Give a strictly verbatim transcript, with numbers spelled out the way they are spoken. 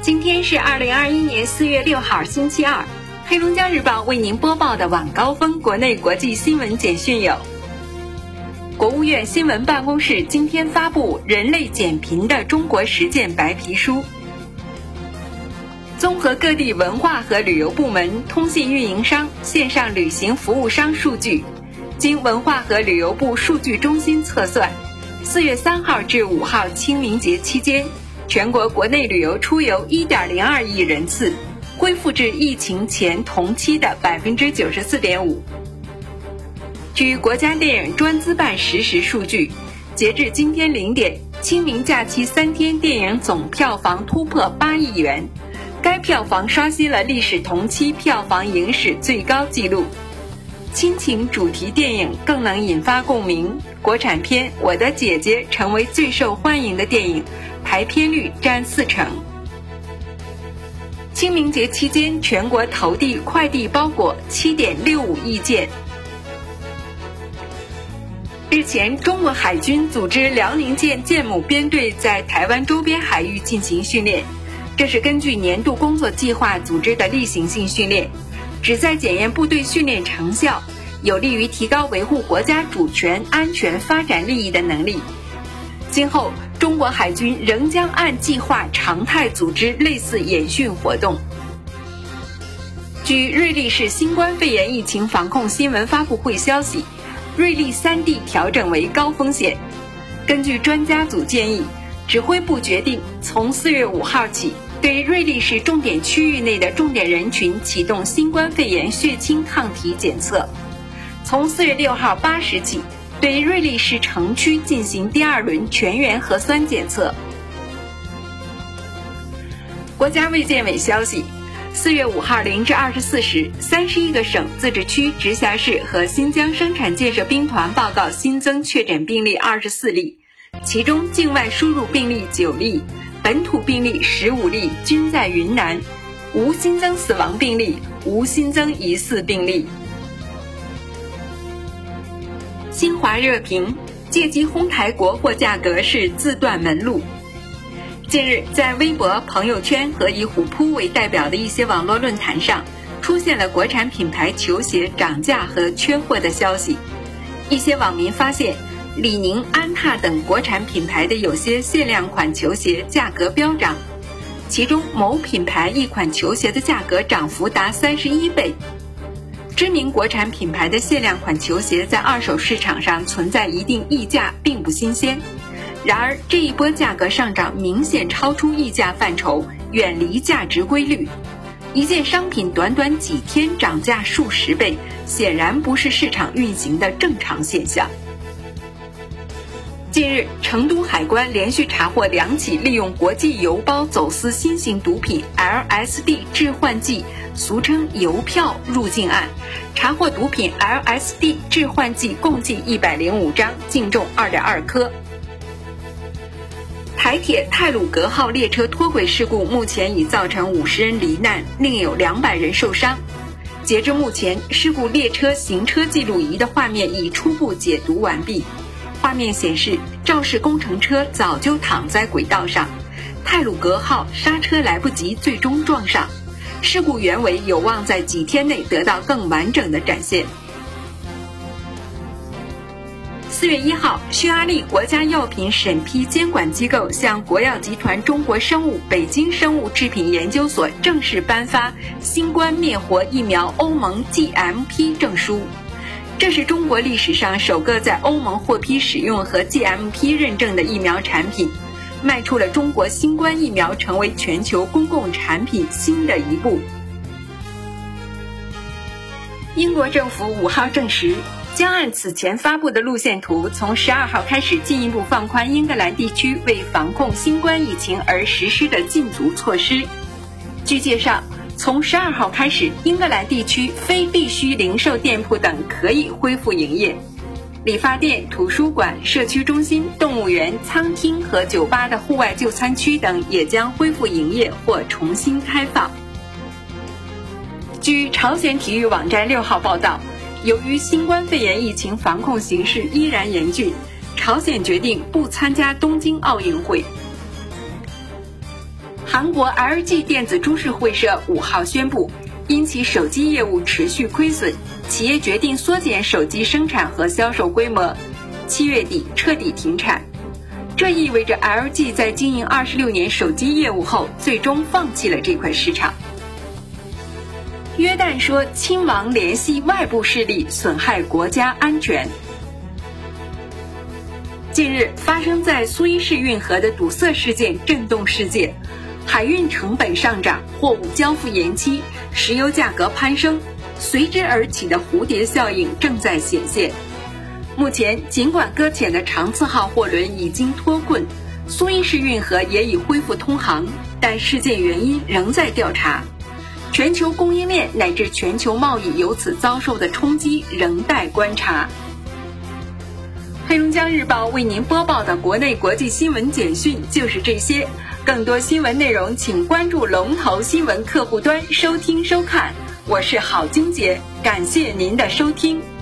今天是二零二一年四月六号星期二，黑龙江日报为您播报的晚高峰国内国际新闻简讯有：国务院新闻办公室今天发布《人类减贫的中国实践白皮书》，综合各地文化和旅游部门、通信运营商、线上旅行服务商数据，经文化和旅游部数据中心测算，四月三号至五号清明节期间，全国国内旅游出游 一点零二亿人次，恢复至疫情前同期的 百分之九十四点五。 据国家电影专资办实时数据，截至今天零点，清明假期三天电影总票房突破八亿元，该票房刷新了历史同期票房影史最高纪录。亲情主题电影更能引发共鸣，国产片《我的姐姐》成为最受欢迎的电影，排片率占四成。清明节期间，全国投递快递包裹 七点六五亿件。日前，中国海军组织辽宁舰舰母编队在台湾周边海域进行训练，这是根据年度工作计划组织的例行性训练，旨在检验部队训练成效，有利于提高维护国家主权、安全、发展利益的能力。今后，中国海军仍将按计划常态组织类似演训活动。据瑞丽市新冠肺炎疫情防控新闻发布会消息，瑞丽三地调整为高风险。根据专家组建议，指挥部决定从四月五号起，对瑞丽市重点区域内的重点人群启动新冠肺炎血清抗体检测。从四月六号八时起，对瑞丽市城区进行第二轮全员核酸检测。国家卫健委消息，四月五号零至二十四时，三十一个省、自治区、直辖市和新疆生产建设兵团报告新增确诊病例二十四例，其中境外输入病例九例，本土病例十五例，均在云南，无新增死亡病例，无新增疑似病例。新华热评：借机哄抬国货价格是自断门路。近日，在微博、朋友圈和以虎扑为代表的一些网络论坛上，出现了国产品牌球鞋涨价和缺货的消息。一些网民发现，李宁、安踏等国产品牌的有些限量款球鞋价格飙涨，其中某品牌一款球鞋的价格涨幅达三十一倍。知名国产品牌的限量款球鞋在二手市场上存在一定溢价并不新鲜，然而这一波价格上涨明显超出溢价范畴，远离价值规律。一件商品短短几天涨价数十倍，显然不是市场运行的正常现象。近日，成都海关连续查获两起利用国际邮包走私新型毒品 L S D 致幻剂，俗称邮票入境案，查获毒品 L S D 致幻剂共计一百零五张，净重二点二克。台铁太鲁阁号列车脱轨事故目前已造成五十人罹难，另有两百人受伤。截至目前，事故列车行车记录仪的画面已初步解读完毕。画面显示，肇事工程车早就躺在轨道上，太鲁阁号刹车来不及，最终撞上。事故原委有望在几天内得到更完整的展现。四月一号，匈牙利国家药品审批监管机构向国药集团中国生物北京生物制品研究所正式颁发新冠灭活疫苗欧盟 G M P 证书。这是中国历史上首个在欧盟获批使用和 G M P 认证的疫苗产品，迈出了中国新冠疫苗成为全球公共产品新的一步。英国政府五号证实，将按此前发布的路线图，从十二号开始进一步放宽英格兰地区为防控新冠疫情而实施的禁足措施。据介绍，从十二号开始，英格兰地区非必需零售店铺等可以恢复营业，理发店、图书馆、社区中心、动物园、餐厅和酒吧的户外就餐区等也将恢复营业或重新开放。据朝鲜体育网站六号报道，由于新冠肺炎疫情防控形势依然严峻，朝鲜决定不参加东京奥运会。 韩国 L G 电子株式会社五号宣布，因其手机业务持续亏损，企业决定缩减手机生产和销售规模，七月底彻底停产。这意味着 L G 在经营二十六年手机业务后，最终放弃了这块市场。约旦说亲王联系外部势力损害国家安全。近日发生在苏伊士运河的堵塞事件震动世界，海运成本上涨，货物交付延期，石油价格攀升，随之而起的蝴蝶效应正在显现。目前，尽管搁浅的长次号货轮已经脱困，苏伊士运河也已恢复通航，但事件原因仍在调查。全球供应链乃至全球贸易由此遭受的冲击仍待观察。黑龙江日报为您播报的国内国际新闻简讯就是这些，更多新闻内容请关注龙头新闻客户端收听收看。我是郝晶姐，感谢您的收听。